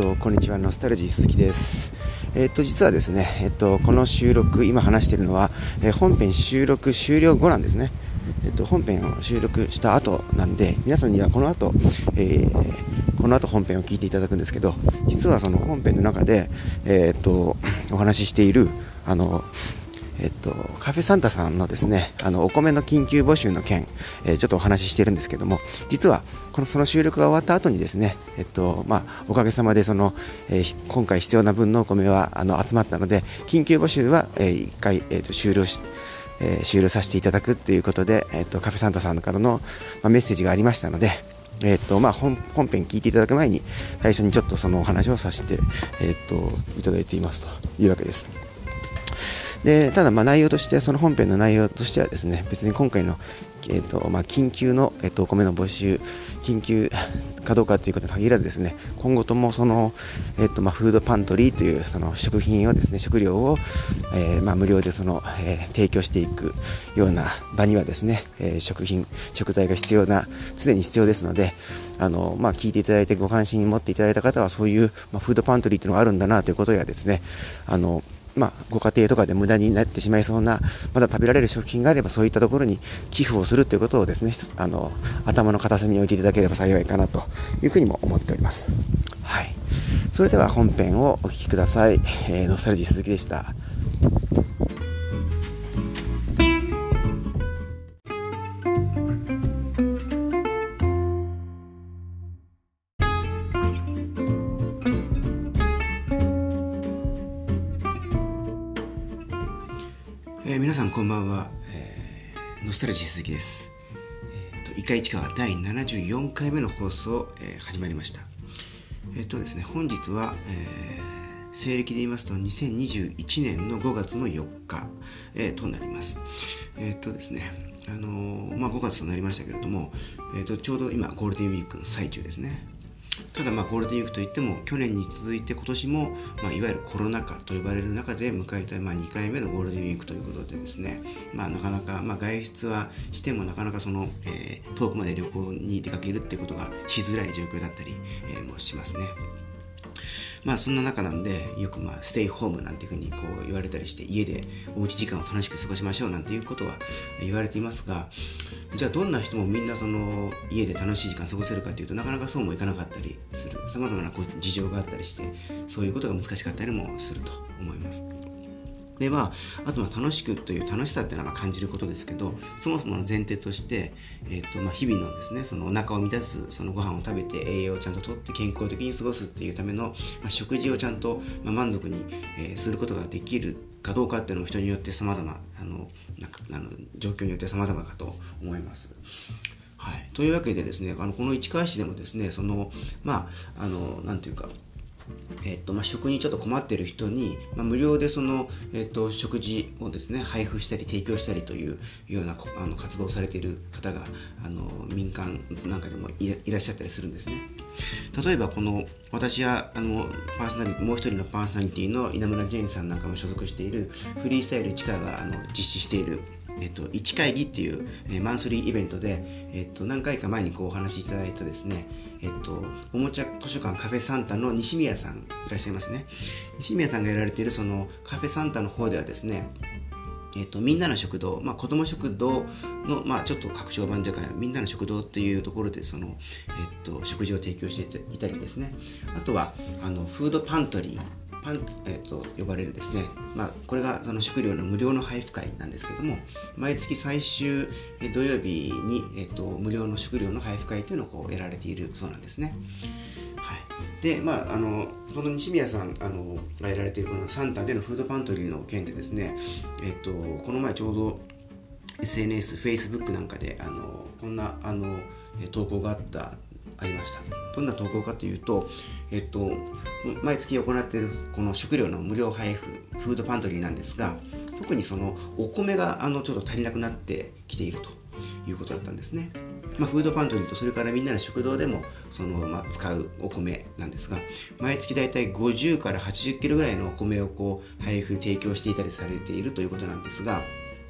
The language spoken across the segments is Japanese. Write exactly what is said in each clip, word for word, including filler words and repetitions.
と、こんにちは、ノスタルジー鈴木です。えっと、実はですね、えっと、この収録、今話しているのは、えー、本編収録終了後なんですね。えっと、本編を収録した後なんで、皆さんにはこの後、えー、この後本編を聞いていただくんですけど、実はその本編の中で、えっと、お話ししている、あの、えっと、カフェサンタさんのですね、あのお米の緊急募集の件、えー、ちょっとお話ししてるんですけども、実はこのその収録が終わった後にですね、えっとまあ、おかげさまでその、えー、今回必要な分のお米はあの集まったので、緊急募集は、えー、いっかい、えー、と終了し、えー、終了させていただくということで、えっと、カフェサンタさんからの、まあ、メッセージがありましたので、えーとまあ、本, 本編聞いていただく前に最初にちょっとそのお話をさせて、えー、といただいていますというわけです。でただ、まあ内容としてその本編の内容としてはですね、別に今回の、えーとまあ、緊急の、えー、とお米の募集、緊急かどうかということに限らずですね、今後ともその、えーとまあ、フードパントリーというその食品をですね、食料を、えーまあ、無料でその、えー、提供していくような場にはですね、えー、食品食材が必要な常に必要ですので、あの、まあ、聞いていただいてご関心持っていただいた方は、そういう、まあ、フードパントリーというのがあるんだなということやですね、あのまあ、ご家庭とかで無駄になってしまいそうなまだ食べられる食品があれば、そういったところに寄付をするということをですね、あの頭の片隅に置いていただければ幸いかなというふうにも思っております。はい、それでは本編をお聞きください。えー、ノスタルジー鈴木でした。えー、皆さんこんばんは、えー、ノスタルジー鈴木です。えー、とイカイチカワだいななじゅうよんかいめの放送、えー、始まりました。えーとですね、本日は、えー、西暦で言いますとにせんにじゅういちねんのごがつのよっか、えー、となります。えーとですね、あのーまあ、ごがつとなりましたけれども、えー、とちょうど今ゴールデンウィークの最中ですね。ただ、まあゴールデンウィークといっても去年に続いて今年も、まあ、いわゆるコロナ禍と呼ばれる中で迎えた、まあ、にかいめのゴールデンウィークということでですね、まあ、なかなか、まあ、外出はしてもなかなかその、えー、遠くまで旅行に出かけるっていうことがしづらい状況だったり、えー、もしますね。まあそんな中なんで、よくまあステイホームなんていうふうにこう言われたりして、家でおうち時間を楽しく過ごしましょうなんていうことは言われていますが、じゃあどんな人もみんなその家で楽しい時間過ごせるかというと、なかなかそうもいかなかったりする、さまざまなこう事情があったりして、そういうことが難しかったりもすると思います。では、あとは楽しくという楽しさっていうのは感じることですけど、そもそもの前提として、えーとまあ、日々のですね、そのお腹を満たすそのご飯を食べて栄養をちゃんととって健康的に過ごすっていうための、まあ、食事をちゃんと、まあ、満足に、えー、することができるかどうかっていうのも人によって様々、あのなんかあの状況によって様々かと思います。はい、というわけでですね、あのこの市川市でもですね、そのまああのなんていうか。えっとまあ、食にちょっと困っている人に、まあ、無料でその、えっと、食事をですね配布したり提供したりというようなあの活動をされている方があの民間なんかでも い, いらっしゃったりするんですね。例えばこの私はあのパーソナリティもう一人のパーソナリティの稲村ジェーンさんなんかも所属しているフリースタイル市川があの実施しているえっと、市会議っていう、えー、マンスリーイベントで、えっと、何回か前にこうお話しいただいたですね、えっと、おもちゃ図書館カフェサンタの西宮さんいらっしゃいますね。西宮さんがやられているそのカフェサンタの方ではですね、えっと、みんなの食堂、まあ、子ども食堂の、まあ、ちょっと拡張版というか、みんなの食堂っていうところでその、えっと、食事を提供していたりですね、あとはあのフードパントリーパン、えー、と呼ばれるですね、まあ、これがその食料の無料の配布会なんですけども、毎月最終土曜日に、えー、と無料の食料の配布会というのをこうやられているそうなんですね。はい、でまああのこの西宮さんあのがやられているこのサンタでのフードパントリーの件でですね、えー、とこの前ちょうど エスエヌエス、Facebook なんかであのこんなあの投稿があったありました。どんな投稿かというと、えっと、毎月行っているこの食料の無料配布フードパントリーなんですが、特にそのお米があのちょっと足りなくなってきているということだったんですね。まあ、フードパントリーとそれからみんなの食堂でもその、まあ、使うお米なんですが、毎月だいたいごじゅうからはちじゅっキロぐらいのお米をこう配布提供していたりされているということなんですが、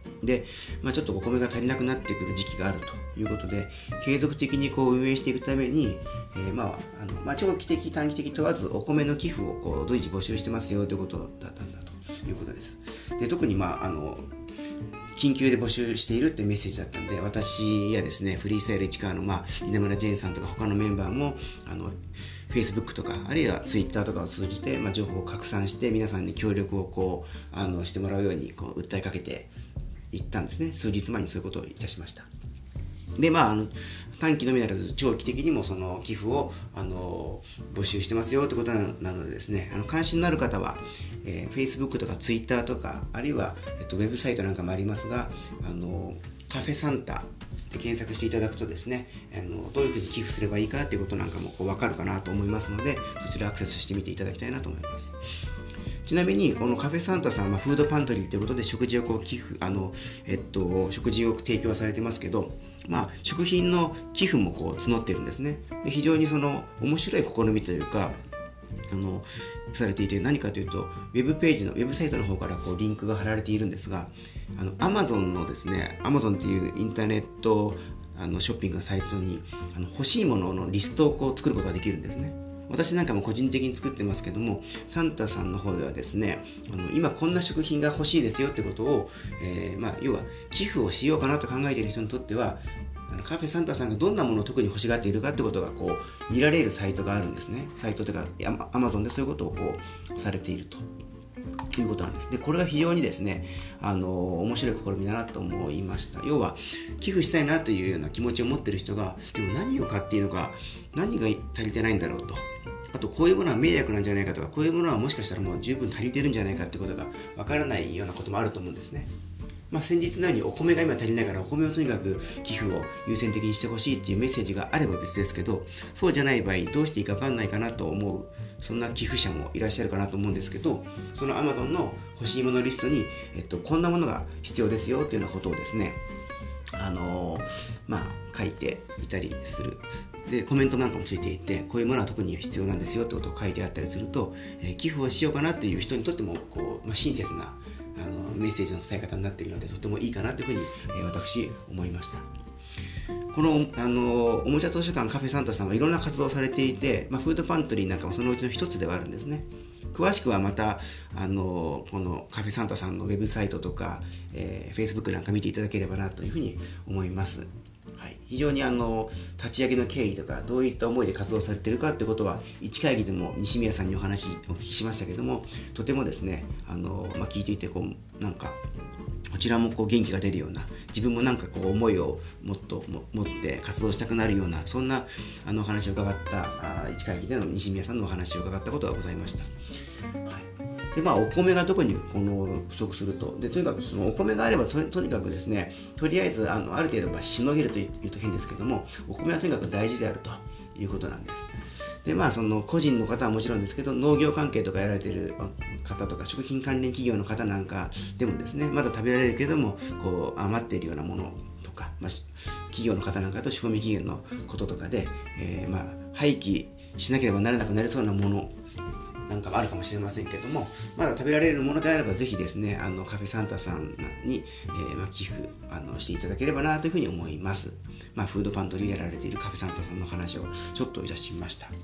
で、まあ、ちょっとお米が足りなくなってくる時期があるということで、継続的にこう運営していくために、えーまああのまあ、長期的短期的問わずお米の寄付をこう随時募集してますよということだったんだということです。で、特に、まあ、あの緊急で募集しているっていうメッセージだったんで、私やですね、フリースタイル市川の、まあ、稲村ジェーンさんとか他のメンバーもあの Facebook とかあるいは Twitter とかを通じて、まあ、情報を拡散して皆さんに協力をこうあのしてもらうようにこう訴えかけていったんですね。数日前にそういうことをいたしました。で、まあ、あの短期のみならず長期的にもその寄付をあの募集してますよということなのでですね、あの関心のある方は、えー、Facebook とか Twitter とかあるいは、えっと、ウェブサイトなんかもありますが、あのカフェサンタで検索していただくとですね、あのどういうふうに寄付すればいいかということなんかもこう分かるかなと思いますので、そちらアクセスしてみていただきたいなと思います。ちなみにこのカフェサンタさんはフードパントリーということで食事をこう寄付あの、えっと、食事を提供されてますけど、まあ、食品の寄付もこう募っているんですね。で、非常にその面白い試みというかあのされていて、何かというとウェブページのウェブサイトの方からこうリンクが貼られているんですが、あの Amazon のですね Amazon っていうインターネットあのショッピングのサイトにあの欲しいもののリストをこう作ることができるんですね。私なんかも個人的に作ってますけども、サンタさんの方ではですね、あの今こんな食品が欲しいですよってことを、えーまあ、要は寄付をしようかなと考えている人にとっては、あのカフェサンタさんがどんなものを特に欲しがっているかってことがこう見られるサイトがあるんですね。サイトというか Amazon でそういうことをこうされているということなんです。で、これが非常にですね、あの面白い試みだなと思いました。要は寄付したいなというような気持ちを持っている人が、でも何を買っていいのか、何が足りてないんだろうと、あとこういうものは迷惑なんじゃないかとか、こういうものはもしかしたらもう十分足りてるんじゃないかってことがわからないようなこともあると思うんですね。まあ、先日のようにお米が今足りないからお米をとにかく寄付を優先的にしてほしいっていうメッセージがあれば別ですけど、そうじゃない場合どうしていいか分かんないかなと思う、そんな寄付者もいらっしゃるかなと思うんですけど、その Amazon の欲しいものリストに、えっと、こんなものが必要ですよっていうようなことをですね、あのー、まあ書いていたりする。で、コメントなんかもついていて、こういうものは特に必要なんですよってことを書いてあったりすると、えー、寄付をしようかなっていう人にとってもこう、まあ、親切なあのメッセージの伝え方になっているので、とてもいいかなというふうに、えー、私思いました。この、あのおもちゃ図書館カフェサンタさんはいろんな活動をされていて、まあ、フードパントリーなんかもそのうちの一つではあるんですね。詳しくはまたあのこのカフェサンタさんのウェブサイトとか、えー、Facebook なんか見ていただければなというふうに思います。はい、非常にあの立ち上げの経緯とかどういった思いで活動されているかということは、いち会議でも西宮さんにお話お聞きしましたけども、とてもですねあの、まあ、聞いていてこうなんかこちらもこう元気が出るような、自分もなんかこう思いをもっとも持って活動したくなるような、そんなあのお話を伺ったあいち会議での西宮さんのお話を伺ったことがございました。はい、でまあ、お米が特にこの不足すると、でとにかくそのお米があれば と, とにかくですね、とりあえずあのある程度まあしのげるというと変ですけども、お米はとにかく大事であるということなんです。でまあ、その個人の方はもちろんですけど、農業関係とかやられている方とか食品関連企業の方なんかでもですね、まだ食べられるけどもこう余っているようなものとか、まあ、企業の方なんかと賞味期限のこととかで、えー、まあ廃棄しなければならなくなりそうなものなんかもあるかもしれませんけども、まだ食べられるものであればぜひですね、あのカフェサンタさんに、えーまあ、寄付あのしていただければなというふうに思います。まあ、フードパントリーやられているカフェサンタさんの話をちょっといたしました。はい、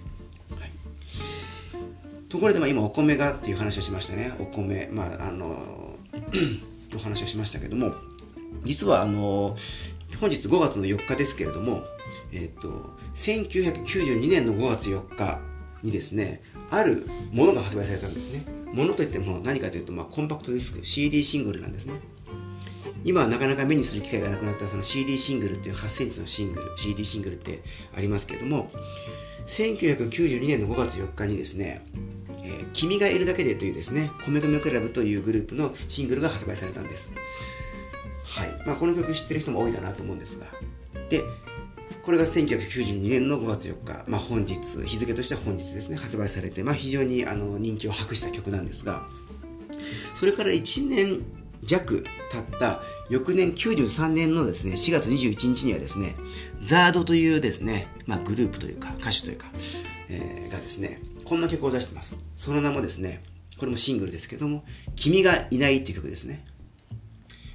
ところでまあ今お米がっていう話をしましたね。お米、まああのお話をしましたけども、実はあの本日ごがつのよっかですけれども、えっとせんきゅうひゃくきゅうじゅうにねんのごがつよっかにですね、あるものが発売されたんですね。ものといっても何かというと、まあ、コンパクトディスク シーディー シングルなんですね。今はなかなか目にする機会がなくなったその シーディー シングルっていうはちセンチのシングル シーディー シングルってありますけれども、せんきゅうひゃくきゅうじゅうにねんのごがつよっかにですね、えー、君がいるだけでというですね、米米クラブというグループのシングルが発売されたんです。はい、まあ、この曲知ってる人も多いかなと思うんですが、でこれがせんきゅうひゃくきゅうじゅうにねんのごがつよっか、まあ、本日、日付としては本日ですね、発売されて、まあ、非常にあの人気を博した曲なんですが、それからいちねんじゃく経った翌年きゅうじゅうさんねんのですねしがつにじゅういちにちにはですね、ザードというですね、まあ、グループというか歌手というか、えー、がですね、こんな曲を出してます。その名もですね、これもシングルですけども、君がいないという曲ですね。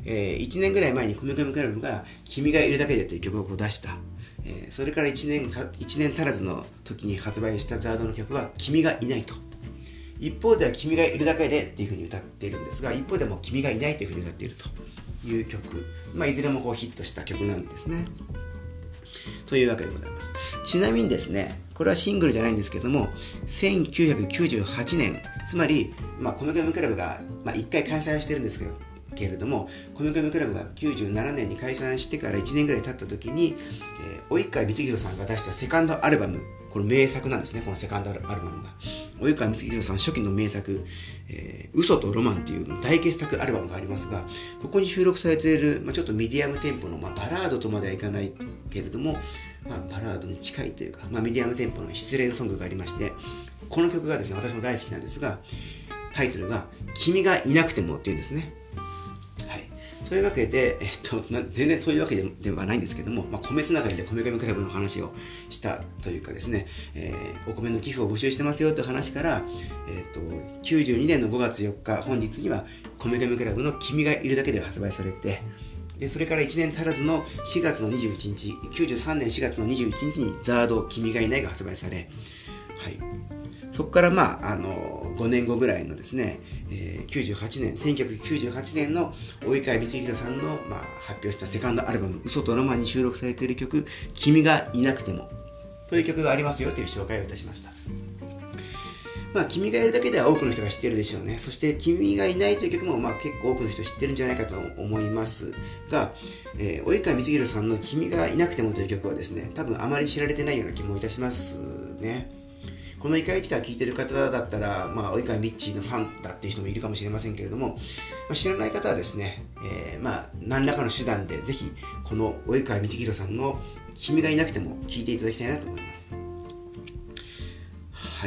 えー、いちねんぐらい前に米米クラブが君がいるだけでという曲をこう出した、えー、それから1年たいちねん足らずの時に発売したザードの曲は君がいないと。一方では君がいるだけでっていうふうに歌っているんですが、一方でも君がいないというふうに歌っているという曲、まあ、いずれもこうヒットした曲なんですね。というわけでございます。ちなみにですね、これはシングルじゃないんですけども、せんきゅうひゃくきゅうじゅうはちねん、つまり、まあ、米米クラブが、まあ、いっかい開催してるんですけど、けれども米米クラブがきゅうじゅうななねんに解散してからいちねんぐらい経った時に、えー、及川光弘さんが出したセカンドアルバム、これ名作なんですね。このセカンドアルバムが及川光弘さん初期の名作、えー、嘘とロマンっていう大傑作アルバムがありますが、ここに収録されている、まあ、ちょっとミディアムテンポの、まあ、バラードとまではいかないけれども、まあ、バラードに近いというか、まあ、ミディアムテンポの失恋ソングがありまして、この曲がですね、私も大好きなんですが、タイトルが君がいなくてもっていうんですね。というわけで、えっと、全然というわけではないんですけども、まあ、米つながりで米米クラブの話をしたというかですね、えー、お米の寄付を募集してますよという話から、えっと、きゅうじゅうにねんのごがつよっか、本日には米米クラブの君がいるだけで発売されて、でそれからいちねん足らずのしがつのにじゅういちにち、きゅうじゅうさんねんしがつのにじゅういちにちにザード君がいないが発売され、はい、そこからまあ、あのごねんごぐらいのですね、えー、きゅうじゅうはちねん、せんきゅうひゃくきゅうじゅうはちねんの及川光弘さんの、まあ、発表したセカンドアルバム「嘘とロマン」に収録されている曲「君がいなくても」という曲がありますよという紹介をいたしました。まあ、君がいるだけでは多くの人が知ってるでしょうね。そして君がいないという曲もまあ結構多くの人知ってるんじゃないかと思いますが、えー、及川光弘さんの君がいなくてもという曲はですね、多分あまり知られてないような気もいたしますね。このいかいちから聴いてる方だったら、まあ、及川ミッチーのファンだっていう人もいるかもしれませんけれども、まあ、知らない方はですね、えー、まあ、何らかの手段でぜひ、この及川光弘さんの君がいなくても聴いていただきたいなと思います。はい。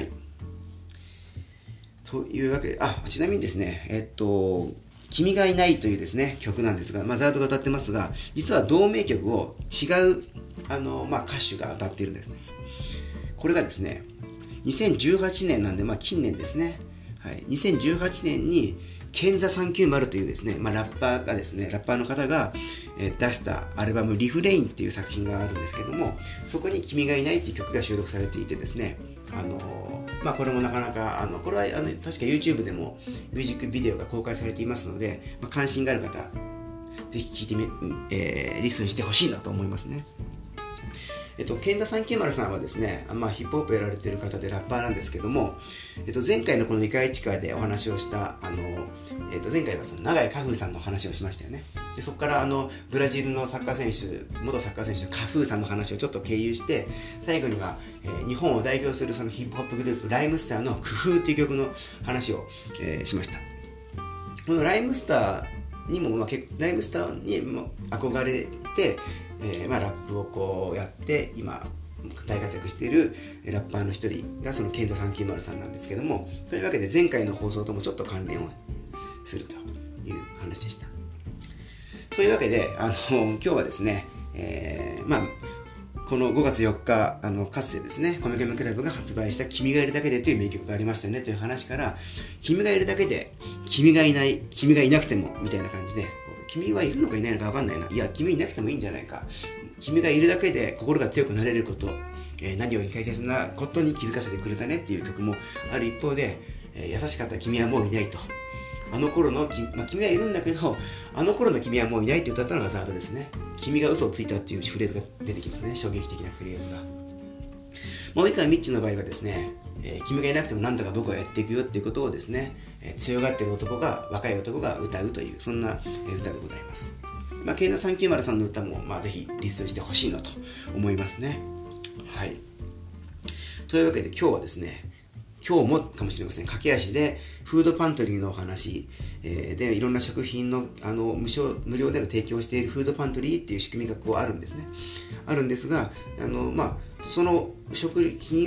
というわけで、あ、ちなみにですね、えっと、君がいないというですね、曲なんですが、まあ、ザードが歌ってますが、実は同名曲を違う、あの、まあ、歌手が歌っているんですね。これがですね、にせんじゅうはちねんなんで、まあ、近年ですね、はい、にせんじゅうはちねんにケンザさんきゅうまるというですね、まあ、ラッパーがですね、ラッパーの方が、えー、出したアルバムリフレインっていう作品があるんですけども、そこに君がいないっていう曲が収録されていてですね、あのー、まあ、これもなかなか、あのこれはあの確か YouTube でもミュージックビデオが公開されていますので、まあ、関心がある方、ぜひ聴いてみ、えー、リスンしてほしいなと思いますね。えっと、ケンザさんきゅうまるさんはですね、まあ、ヒップホップやられている方でラッパーなんですけども、えっと、前回のこのいかいちかでお話をした、あの、えっと、前回はその永井花風さんの話をしましたよね。でそこからあのブラジルのサッカー選手、元サッカー選手の花風さんの話をちょっと経由して、最後には、えー、日本を代表するそのヒップホップグループ、ライムスターの工夫っていう曲の話を、えー、しました。このライムスターにも、まあ、ライムスターにも憧れて、えーまあ、ラップをこうやって今大活躍しているラッパーの一人がそのケンザさんきゅうまるさんなんですけども、というわけで前回の放送ともちょっと関連をするという話でした。というわけであの今日はですね、えー、まあこのごがつよっか、あのかつてですね、米米クラブが発売した君がいるだけでという名曲がありましたよねという話から、君がいるだけで君がいない、君がいなくてもみたいな感じで、君はいるのかいないのか分かんないな、いや君いなくてもいいんじゃないか、君がいるだけで心が強くなれること、えー、何より大切なことに気づかせてくれたねっていう曲もある一方で、えー、優しかった君はもういないと、あの頃の、まあ、君はいるんだけどあの頃の君はもういないって歌ったのがザードですね。君が嘘をついたっていうフレーズが出てきますね、衝撃的なフレーズが。及川ミッチの場合はですね、えー、君がいなくても何とか僕はやっていくよっていうことをですね、えー、強がってる男が、若い男が歌うという、そんな、えー、歌でございます。まあ、ケンザさんきゅうまるさんの歌も、まあ、ぜひリストにしてほしいなと思いますね。はい。というわけで今日はですね、今日もかもしれません、駆け足でフードパントリーのお話、えー、でいろんな食品の、あの 無償、無料での提供をしているフードパントリーっていう仕組みがこうあるんですね。あるんですが、あの、まあ、その食品を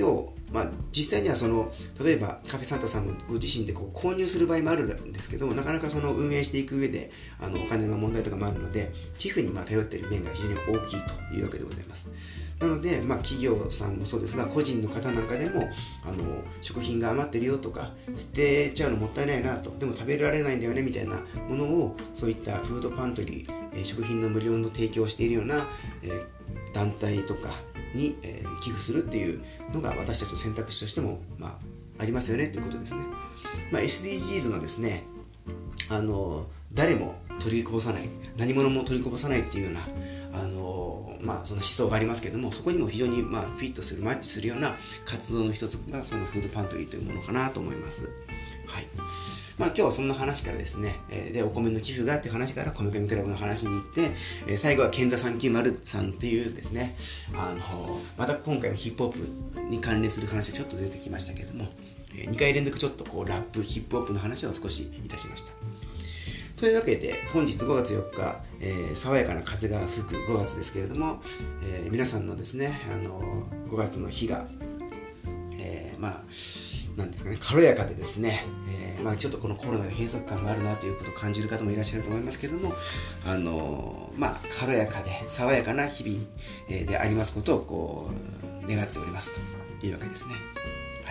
まあ、実際にはその例えばカフェサンタさんもご自身でこう購入する場合もあるんですけども、なかなかその運営していく上であのお金の問題とかもあるので、寄付にまあ頼っている面が非常に大きいというわけでございます。なので、まあ、企業さんもそうですが、個人の方なんかでもあの食品が余ってるよとか、捨てちゃうのもったいないなと、でも食べられないんだよねみたいなものを、そういったフードパントリー、えー、食品の無料の提供をしているような、えー、団体とかに、えー、寄付するっていうのが私たちの選択肢としても、まあ、ありますよねということですね。まあ、エスディージーズ のですね、あの誰も取りこぼさない、何者も取りこぼさないっていうようなあの、まあ、その思想がありますけども、そこにも非常に、まあ、フィットする、マッチするような活動の一つがそのフードパントリーというものかなと思います。はい。まあ、今日はそんな話からですね、えー、でお米の寄付がっていう話から米米クラブの話に行って、えー、最後はケンザさんきゅうまるさんっていうですね、あのまた今回もヒップホップに関連する話がちょっと出てきましたけれども、えー、にかい連続ちょっとこうラップヒップホップの話を少しいたしました。というわけで本日ごがつよっか、えー、爽やかな風が吹くごがつですけれども、えー、皆さんのですね、あのごがつの日が、えー、まあなんですかね、軽やかでですね、えーまあ、ちょっとこのコロナで閉塞感があるなということを感じる方もいらっしゃると思いますけれども、あのー、まあ軽やかで爽やかな日々、えー、でありますことをこう願っておりますというわけですね。はい。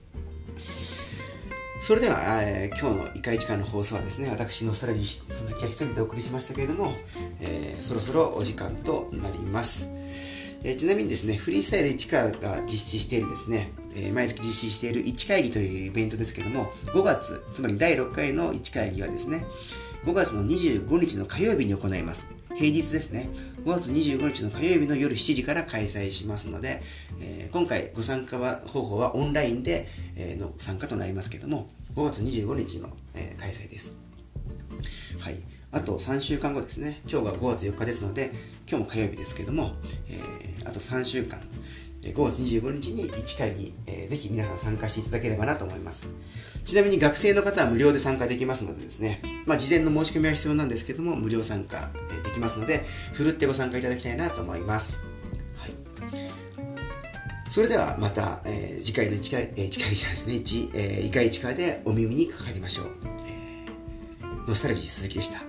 それでは、えー、今日のイカイチカの放送はですね、私ノスタルジー鈴木が一人でお送りしましたけれども、えー、そろそろお時間となります。えー、ちなみにですね、フリースタイルいちかが実施しているですね、えー、毎月実施しているいち会議というイベントですけども、ごがつ、つまりだいろっかいのいち会議はですね、ごがつのにじゅうごにちの火曜日に行います。平日ですね。ごがつにじゅうごにちの火曜日の夜しちじから開催しますので、えー、今回ご参加方法はオンラインで、えー、の参加となりますけども、ごがつにじゅうごにちの、えー、開催です。はい。あとさんしゅうかんごですね。今日がごがつよっかですので、今日も火曜日ですけども、えー、あとさんしゅうかん、ごがつにじゅうごにちにいち会議、えー、ぜひ皆さん参加していただければなと思います。ちなみに学生の方は無料で参加できますのでですね、まあ、事前の申し込みは必要なんですけども、無料参加、えー、できますので、ふるってご参加いただきたいなと思います。はい。それではまた、えー、次回のいち会、えー、いち会じゃないですね、いち、えー、イカイチカでお耳にかかりましょう。えー、ノスタルジー鈴木でした。